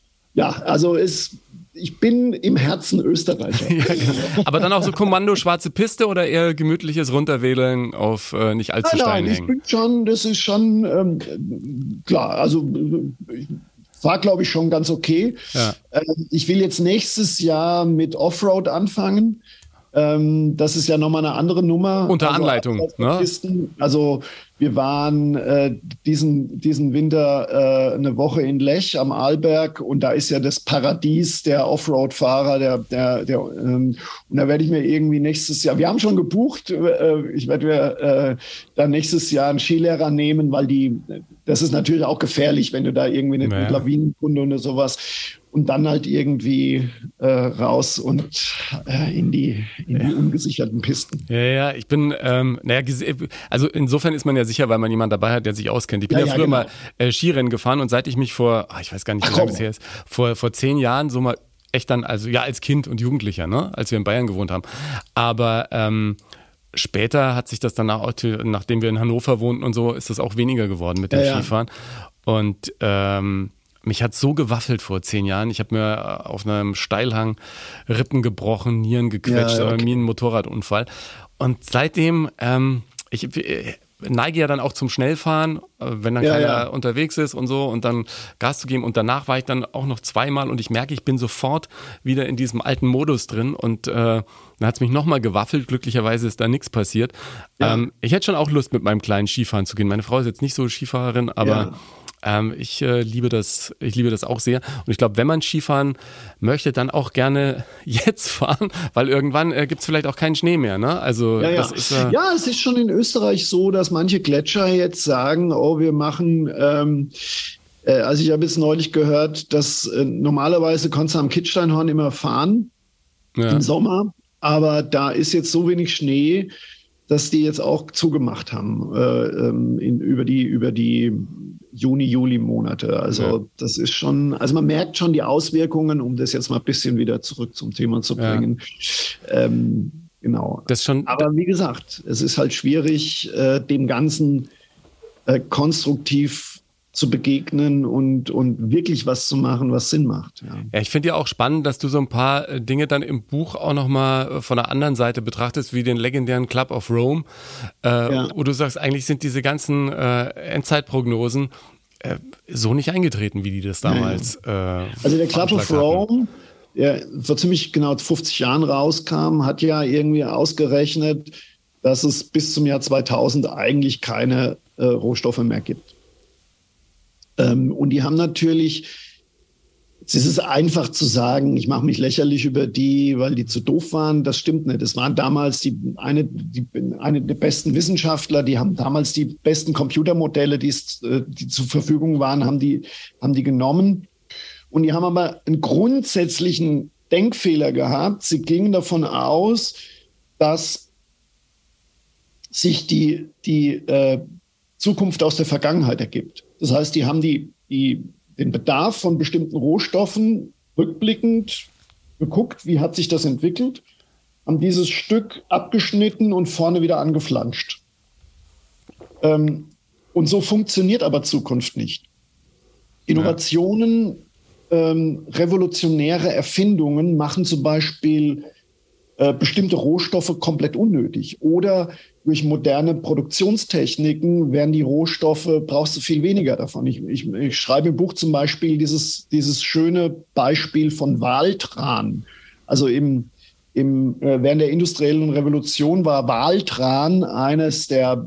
ich bin im Herzen Österreicher. Aber dann auch so Kommando schwarze Piste oder eher gemütliches Runterwedeln auf nicht allzu Stein hängen? Das ist schon klar. Also ich war, glaube ich, schon ganz okay. Ich will jetzt nächstes Jahr mit Offroad anfangen. Das ist ja nochmal eine andere Nummer. Unter Anleitung. Ne? Also wir waren diesen Winter eine Woche in Lech am Arlberg und da ist ja das Paradies der Offroad-Fahrer. Und da werde ich mir irgendwie nächstes Jahr, wir haben schon gebucht, ich werde mir da nächstes Jahr einen Skilehrer nehmen, weil das ist natürlich auch gefährlich, wenn du da irgendwie eine Lawinenkunde oder sowas und dann halt irgendwie raus und in die ungesicherten Pisten. Ja, ich bin, also insofern ist man ja sicher, weil man jemanden dabei hat, der sich auskennt. Ich bin früher mal Skirennen gefahren und seit ich mich ich weiß gar nicht, wie lange es her ist, vor 10 Jahren so mal echt dann, also ja, als Kind und Jugendlicher, ne, als wir in Bayern gewohnt haben. Aber später hat sich das dann nachdem wir in Hannover wohnten und so, ist das auch weniger geworden mit dem Skifahren. Und mich hat so gewaffelt vor 10 Jahren. Ich habe mir auf einem Steilhang Rippen gebrochen, Nieren gequetscht, mir ein Motorradunfall. Und seitdem, ich neige ja dann auch zum Schnellfahren, wenn dann keiner unterwegs ist und so und dann Gas zu geben. Und danach war ich dann auch noch 2-mal und ich merke, ich bin sofort wieder in diesem alten Modus drin und dann hat es mich nochmal gewaffelt. Glücklicherweise ist da nichts passiert. Ja. Ich hätte schon auch Lust, mit meinem kleinen Skifahren zu gehen. Meine Frau ist jetzt nicht so Skifahrerin, aber ich liebe das auch sehr. Und ich glaube, wenn man Skifahren möchte, dann auch gerne jetzt fahren, weil irgendwann gibt es vielleicht auch keinen Schnee mehr. Ne? Also das ist, es ist schon in Österreich so, dass manche Gletscher jetzt sagen, wir machen, also ich habe jetzt neulich gehört, dass normalerweise konntest du am Kitzsteinhorn immer fahren im Sommer, aber da ist jetzt so wenig Schnee, dass die jetzt auch zugemacht haben über die Juni-Juli-Monate. Also das ist schon, also man merkt schon die Auswirkungen, um das jetzt mal ein bisschen wieder zurück zum Thema zu bringen. Genau. Aber wie gesagt, es ist halt schwierig, dem Ganzen konstruktiv zu begegnen und wirklich was zu machen, was Sinn macht. Ja, ich finde ja auch spannend, dass du so ein paar Dinge dann im Buch auch nochmal von der anderen Seite betrachtest, wie den legendären Club of Rome, wo du sagst, eigentlich sind diese ganzen Endzeitprognosen so nicht eingetreten, wie die das damals also der Club of Rome, der vor ziemlich genau 50 Jahren rauskam, hat ja irgendwie ausgerechnet, dass es bis zum Jahr 2000 eigentlich keine Rohstoffe mehr gibt. Und die haben natürlich, es ist einfach zu sagen, ich mache mich lächerlich über die, weil die zu doof waren. Das stimmt nicht. Das waren damals eine der besten Wissenschaftler, die haben damals die besten Computermodelle, die zur Verfügung waren, haben die genommen. Und die haben aber einen grundsätzlichen Denkfehler gehabt. Sie gingen davon aus, dass sich die Zukunft aus der Vergangenheit ergibt. Das heißt, die haben den Bedarf von bestimmten Rohstoffen rückblickend geguckt, wie hat sich das entwickelt, haben dieses Stück abgeschnitten und vorne wieder angeflanscht. Und so funktioniert aber Zukunft nicht. Innovationen, revolutionäre Erfindungen machen zum Beispiel bestimmte Rohstoffe komplett unnötig. Oder durch moderne Produktionstechniken werden die Rohstoffe, brauchst du viel weniger davon. Ich schreibe im Buch zum Beispiel dieses schöne Beispiel von Waltran. Also während der industriellen Revolution war Waltran eines der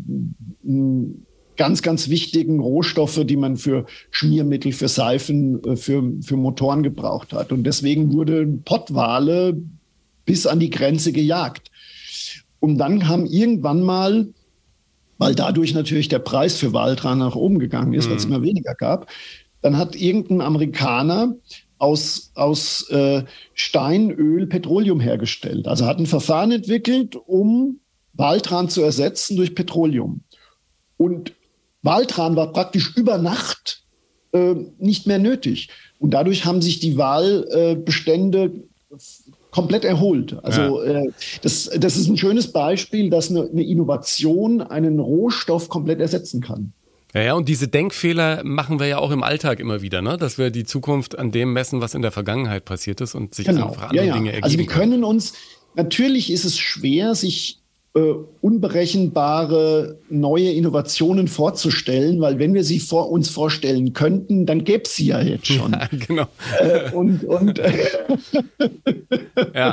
ganz, ganz wichtigen Rohstoffe, die man für Schmiermittel, für Seifen, für Motoren gebraucht hat. Und deswegen wurde Pottwale bis an die Grenze gejagt. Und dann kam irgendwann mal, weil dadurch natürlich der Preis für Waltran nach oben gegangen ist, weil es immer weniger gab, dann hat irgendein Amerikaner aus Steinöl Petroleum hergestellt. Also hat ein Verfahren entwickelt, um Waltran zu ersetzen durch Petroleum. Und Waltran war praktisch über Nacht nicht mehr nötig. Und dadurch haben sich die Walbestände komplett erholt. Also das ist ein schönes Beispiel, dass eine Innovation einen Rohstoff komplett ersetzen kann. Ja, und diese Denkfehler machen wir ja auch im Alltag immer wieder, ne? Dass wir die Zukunft an dem messen, was in der Vergangenheit passiert ist und sich einfach andere Dinge ergeben. Also wir können uns, natürlich ist es schwer, sich unberechenbare neue Innovationen vorzustellen, weil wenn wir sie uns vorstellen könnten, dann gäbe es sie ja jetzt schon. Ja, genau. Ja.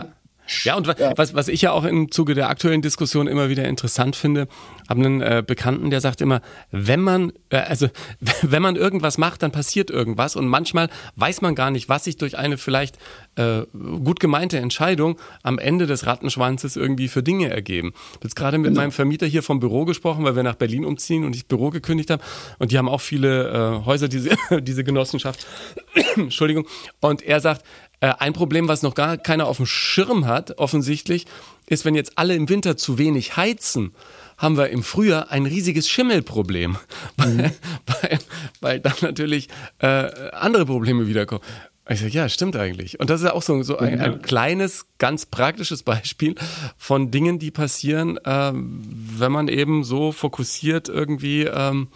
Ja, und was ich ja auch im Zuge der aktuellen Diskussion immer wieder interessant finde, habe einen Bekannten, der sagt immer, wenn man irgendwas macht, dann passiert irgendwas und manchmal weiß man gar nicht, was sich durch eine vielleicht gut gemeinte Entscheidung am Ende des Rattenschwanzes irgendwie für Dinge ergeben. Ich habe jetzt gerade mit meinem Vermieter hier vom Büro gesprochen, weil wir nach Berlin umziehen und ich das Büro gekündigt habe und die haben auch viele Häuser, diese Genossenschaft. Entschuldigung. Und er sagt, ein Problem, was noch gar keiner auf dem Schirm hat, offensichtlich, ist, wenn jetzt alle im Winter zu wenig heizen, haben wir im Frühjahr ein riesiges Schimmelproblem, weil dann natürlich andere Probleme wiederkommen. Ich sage, ja, stimmt eigentlich. Und das ist auch so ein kleines, ganz praktisches Beispiel von Dingen, die passieren, wenn man eben so fokussiert irgendwie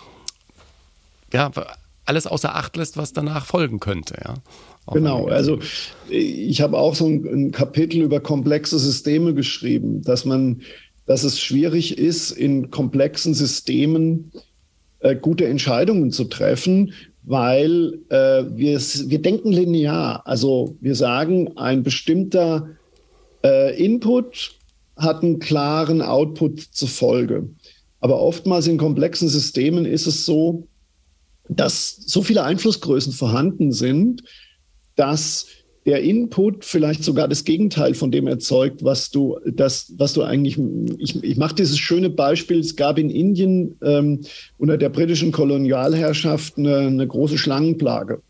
alles außer Acht lässt, was danach folgen könnte. Ja. Genau, also ich habe auch so ein Kapitel über komplexe Systeme geschrieben, dass es schwierig ist, in komplexen Systemen gute Entscheidungen zu treffen, weil wir denken linear. Also wir sagen, ein bestimmter Input hat einen klaren Output zur Folge. Aber oftmals in komplexen Systemen ist es so, dass so viele Einflussgrößen vorhanden sind, dass der Input vielleicht sogar das Gegenteil von dem erzeugt, was du eigentlich, ich mache dieses schöne Beispiel, es gab in Indien unter der britischen Kolonialherrschaft eine große Schlangenplage.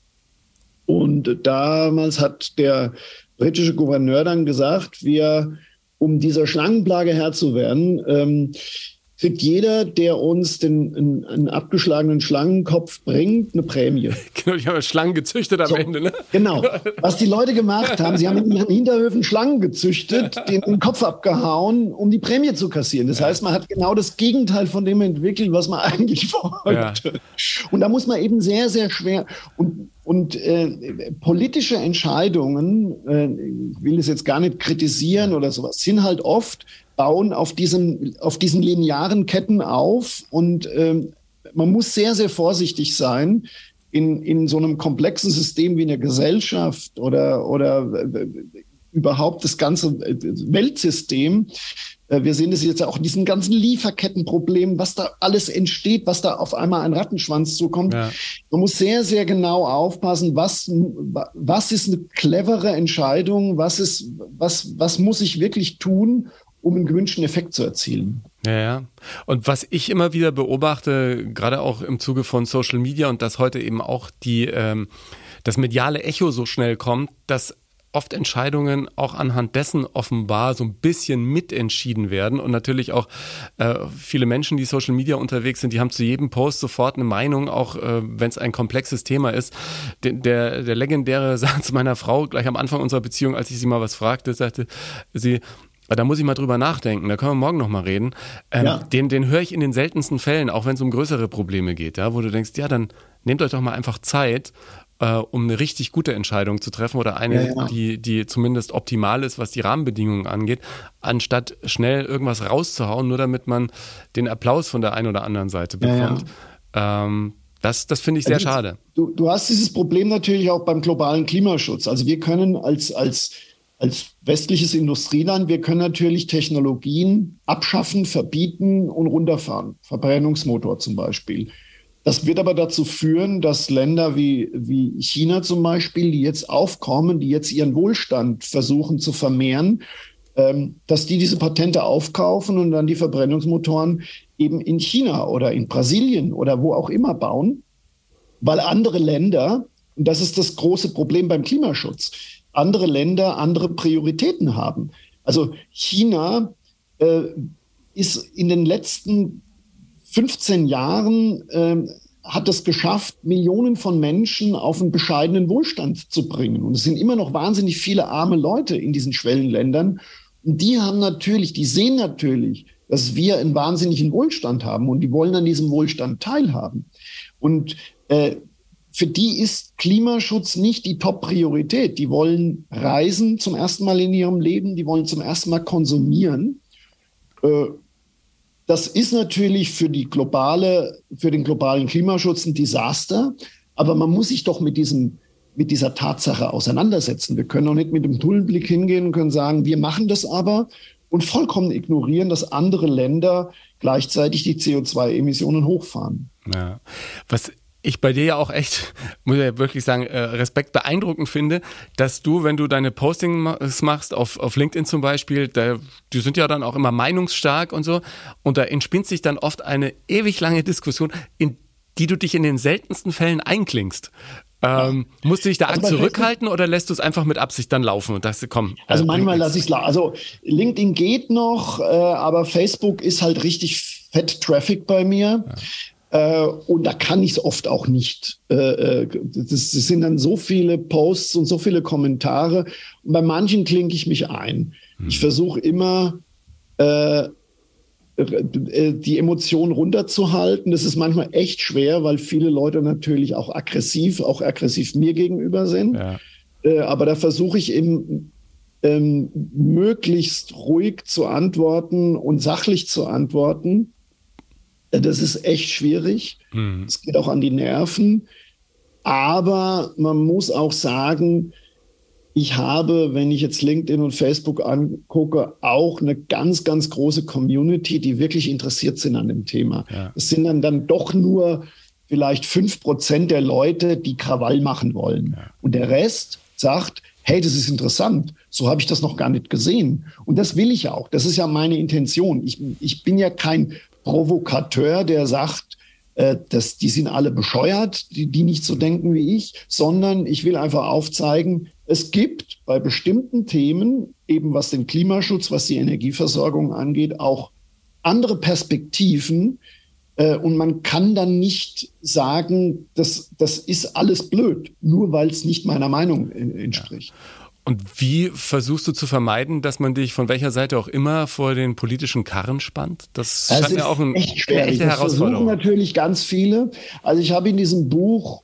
Und damals hat der britische Gouverneur dann gesagt, um dieser Schlangenplage Herr zu werden, kriegt jeder, der uns einen abgeschlagenen Schlangenkopf bringt, eine Prämie. Genau, ich habe Schlangen gezüchtet am Ende. Ne? Genau. Was die Leute gemacht haben, sie haben in ihren Hinterhöfen Schlangen gezüchtet, den Kopf abgehauen, um die Prämie zu kassieren. Das heißt, man hat genau das Gegenteil von dem entwickelt, was man eigentlich wollte. Ja. Und da muss man eben sehr, sehr schwer... Und politische Entscheidungen, ich will es jetzt gar nicht kritisieren oder sowas, sind halt oft, bauen auf diesen linearen Ketten auf und man muss sehr, sehr vorsichtig sein in so einem komplexen System wie einer Gesellschaft oder überhaupt das ganze Weltsystem. Wir sehen das jetzt auch in diesen ganzen Lieferkettenproblemen, was da alles entsteht, was da auf einmal ein Rattenschwanz zukommt. Ja. Man muss sehr, sehr genau aufpassen, was ist eine clevere Entscheidung, was muss ich wirklich tun, um einen gewünschten Effekt zu erzielen. Ja. Und was ich immer wieder beobachte, gerade auch im Zuge von Social Media und dass heute eben auch das mediale Echo so schnell kommt, dass oft Entscheidungen auch anhand dessen offenbar so ein bisschen mitentschieden werden und natürlich auch viele Menschen, die Social Media unterwegs sind, die haben zu jedem Post sofort eine Meinung, auch wenn es ein komplexes Thema ist. Der legendäre Satz meiner Frau gleich am Anfang unserer Beziehung, als ich sie mal was fragte, sagte sie, da muss ich mal drüber nachdenken, da können wir morgen noch mal reden. Den höre ich in den seltensten Fällen, auch wenn es um größere Probleme geht, ja, wo du denkst, ja, dann nehmt euch doch mal einfach Zeit, um eine richtig gute Entscheidung zu treffen oder eine, die zumindest optimal ist, was die Rahmenbedingungen angeht, anstatt schnell irgendwas rauszuhauen, nur damit man den Applaus von der einen oder anderen Seite bekommt. Das finde ich sehr schade. Du hast dieses Problem natürlich auch beim globalen Klimaschutz. Also wir können als westliches Industrieland, wir können natürlich Technologien abschaffen, verbieten und runterfahren. Verbrennungsmotor zum Beispiel. Das wird aber dazu führen, dass Länder wie China zum Beispiel, die jetzt aufkommen, die jetzt ihren Wohlstand versuchen zu vermehren, dass die diese Patente aufkaufen und dann die Verbrennungsmotoren eben in China oder in Brasilien oder wo auch immer bauen, weil andere Länder, und das ist das große Problem beim Klimaschutz, andere Länder andere Prioritäten haben. Also China ist in den letzten 15 Jahren hat es geschafft, Millionen von Menschen auf einen bescheidenen Wohlstand zu bringen. Und es sind immer noch wahnsinnig viele arme Leute in diesen Schwellenländern. Und die sehen natürlich, dass wir einen wahnsinnigen Wohlstand haben und die wollen an diesem Wohlstand teilhaben. Und für die ist Klimaschutz nicht die Top-Priorität. Die wollen reisen zum ersten Mal in ihrem Leben, die wollen zum ersten Mal konsumieren. Das ist natürlich für den globalen Klimaschutz ein Desaster, aber man muss sich doch mit diesem mit dieser Tatsache auseinandersetzen. Wir können auch nicht mit dem Tunnelblick hingehen und können sagen, wir machen das aber und vollkommen ignorieren, dass andere Länder gleichzeitig die CO2-Emissionen hochfahren. Ja. Was ich bei dir ja auch echt, muss ich ja wirklich sagen, Respekt beeindruckend finde, dass du, wenn du deine Postings machst, auf LinkedIn zum Beispiel, die sind ja dann auch immer meinungsstark und so, und da entspinnt sich dann oft eine ewig lange Diskussion, in die du dich in den seltensten Fällen einklingst. Musst du dich da zurückhalten oder lässt du es einfach mit Absicht dann laufen und sagst, komm. Also manchmal lasse ich es laufen. Also LinkedIn geht noch, aber Facebook ist halt richtig fett Traffic bei mir. Ja. Und da kann ich es oft auch nicht. Das sind dann so viele Posts und so viele Kommentare. Und bei manchen klinke ich mich ein. Ich versuche immer, die Emotionen runterzuhalten. Das ist manchmal echt schwer, weil viele Leute natürlich auch aggressiv mir gegenüber sind. Ja. Aber da versuche ich eben möglichst ruhig zu antworten und sachlich zu antworten. Das ist echt schwierig. Es geht auch an die Nerven. Aber man muss auch sagen, ich habe, wenn ich jetzt LinkedIn und Facebook angucke, auch eine ganz, ganz große Community, die wirklich interessiert sind an dem Thema. Ja. Es sind dann doch nur vielleicht 5% der Leute, die Krawall machen wollen. Ja. Und der Rest sagt, hey, das ist interessant, so habe ich das noch gar nicht gesehen. Und das will ich auch, das ist ja meine Intention. Ich bin ja kein Provokateur, der sagt, die sind alle bescheuert, die nicht so denken wie ich, sondern ich will einfach aufzeigen, es gibt bei bestimmten Themen, eben was den Klimaschutz, was die Energieversorgung angeht, auch andere Perspektiven. Und man kann dann nicht sagen, das ist alles blöd, nur weil es nicht meiner Meinung entspricht. Ja. Und wie versuchst du zu vermeiden, dass man dich von welcher Seite auch immer vor den politischen Karren spannt? Das scheint mir auch eine echte Herausforderung. Das versuchen natürlich ganz viele. Also ich habe in diesem Buch,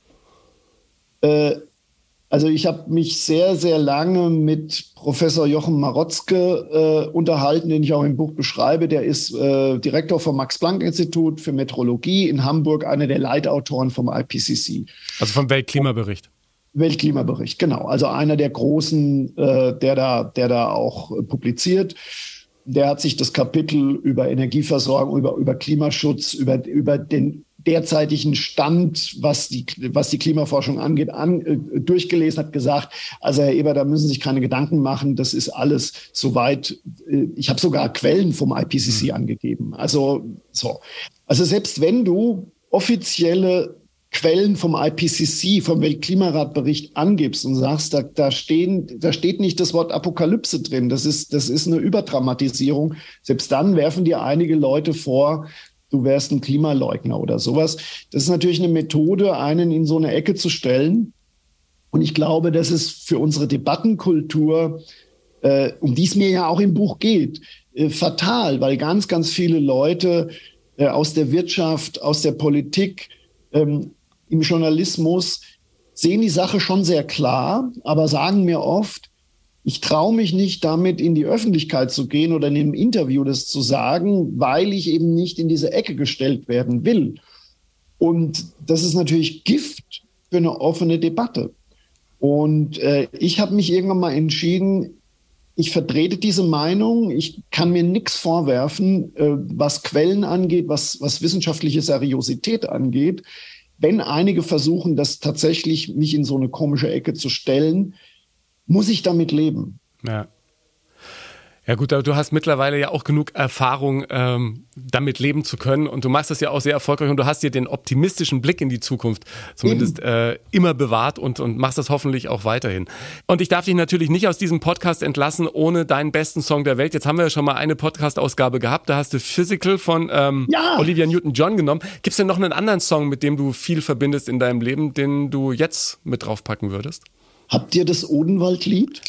ich habe mich sehr, sehr lange mit Professor Jochen Marotzke unterhalten, den ich auch im Buch beschreibe. Der ist Direktor vom Max-Planck-Institut für Meteorologie in Hamburg, einer der Leitautoren vom IPCC. Also vom Weltklimabericht. Weltklimabericht, genau. Also einer der großen, der da auch publiziert. Der hat sich das Kapitel über Energieversorgung, über Klimaschutz, über den derzeitigen Stand, was die Klimaforschung angeht, durchgelesen, hat gesagt, also Herr Ebert, da müssen Sie sich keine Gedanken machen, das ist alles soweit. Ich habe sogar Quellen vom IPCC angegeben. Also selbst wenn du offizielle Quellen vom IPCC, vom Weltklimaratbericht angibst und sagst, da steht nicht das Wort Apokalypse drin, das ist eine Überdramatisierung. Selbst dann werfen dir einige Leute vor, du wärst ein Klimaleugner oder sowas. Das ist natürlich eine Methode, einen in so eine Ecke zu stellen. Und ich glaube, das ist für unsere Debattenkultur, um die es mir ja auch im Buch geht, fatal, weil ganz, ganz viele Leute aus der Wirtschaft, aus der Politik, im Journalismus sehen die Sache schon sehr klar, aber sagen mir oft, ich traue mich nicht, damit in die Öffentlichkeit zu gehen oder in einem Interview das zu sagen, weil ich eben nicht in diese Ecke gestellt werden will. Und das ist natürlich Gift für eine offene Debatte. Und ich habe mich irgendwann mal entschieden, ich vertrete diese Meinung, ich kann mir nichts vorwerfen, was Quellen angeht, was wissenschaftliche Seriosität angeht. Wenn einige versuchen, das tatsächlich mich in so eine komische Ecke zu stellen, muss ich damit leben. Ja. Ja gut, aber du hast mittlerweile ja auch genug Erfahrung, damit leben zu können, und du machst das ja auch sehr erfolgreich, und du hast dir den optimistischen Blick in die Zukunft zumindest immer bewahrt und machst das hoffentlich auch weiterhin. Und ich darf dich natürlich nicht aus diesem Podcast entlassen ohne deinen besten Song der Welt. Jetzt haben wir ja schon mal eine Podcast-Ausgabe gehabt, da hast du Physical von Olivia Newton-John genommen. Gibt es denn noch einen anderen Song, mit dem du viel verbindest in deinem Leben, den du jetzt mit draufpacken würdest? Habt ihr das Odenwald-Lied?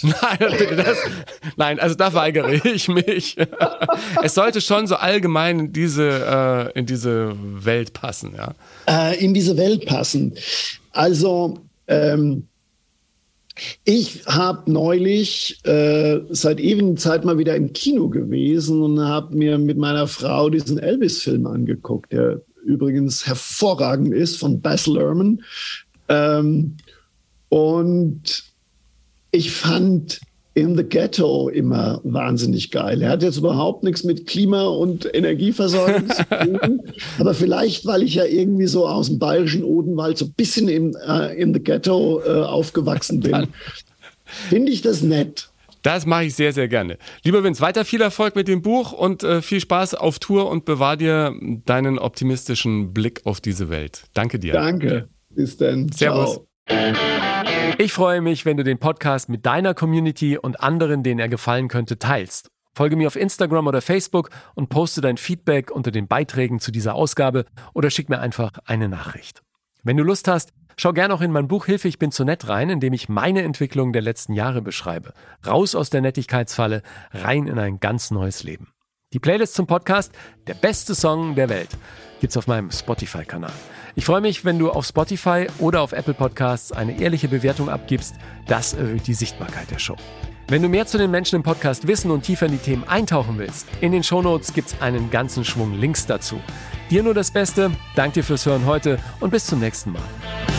Nein, also da weigere ich mich. Es sollte schon so allgemein in diese Welt passen, ja. In diese Welt passen. Also, ich habe neulich seit ewigen Zeit mal wieder im Kino gewesen und habe mir mit meiner Frau diesen Elvis-Film angeguckt, der übrigens hervorragend ist, von Baz Luhrmann. Und ich fand In the Ghetto immer wahnsinnig geil. Er hat jetzt überhaupt nichts mit Klima- und Energieversorgung zu tun, aber vielleicht, weil ich ja irgendwie so aus dem bayerischen Odenwald so ein bisschen in the Ghetto aufgewachsen bin, finde ich das nett. Das mache ich sehr, sehr gerne. Lieber Vince, weiter viel Erfolg mit dem Buch und viel Spaß auf Tour und bewahr dir deinen optimistischen Blick auf diese Welt. Danke dir. Danke. Bis dann. Servus. Ciao. Ich freue mich, wenn du den Podcast mit deiner Community und anderen, denen er gefallen könnte, teilst. Folge mir auf Instagram oder Facebook und poste dein Feedback unter den Beiträgen zu dieser Ausgabe oder schick mir einfach eine Nachricht. Wenn du Lust hast, schau gerne auch in mein Buch Hilfe, ich bin zu nett rein, in dem ich meine Entwicklung der letzten Jahre beschreibe. Raus aus der Nettigkeitsfalle, rein in ein ganz neues Leben. Die Playlist zum Podcast, der beste Song der Welt, gibt's auf meinem Spotify-Kanal. Ich freue mich, wenn du auf Spotify oder auf Apple Podcasts eine ehrliche Bewertung abgibst. Das erhöht die Sichtbarkeit der Show. Wenn du mehr zu den Menschen im Podcast wissen und tiefer in die Themen eintauchen willst, in den Shownotes gibt's einen ganzen Schwung Links dazu. Dir nur das Beste, danke dir fürs Hören heute und bis zum nächsten Mal.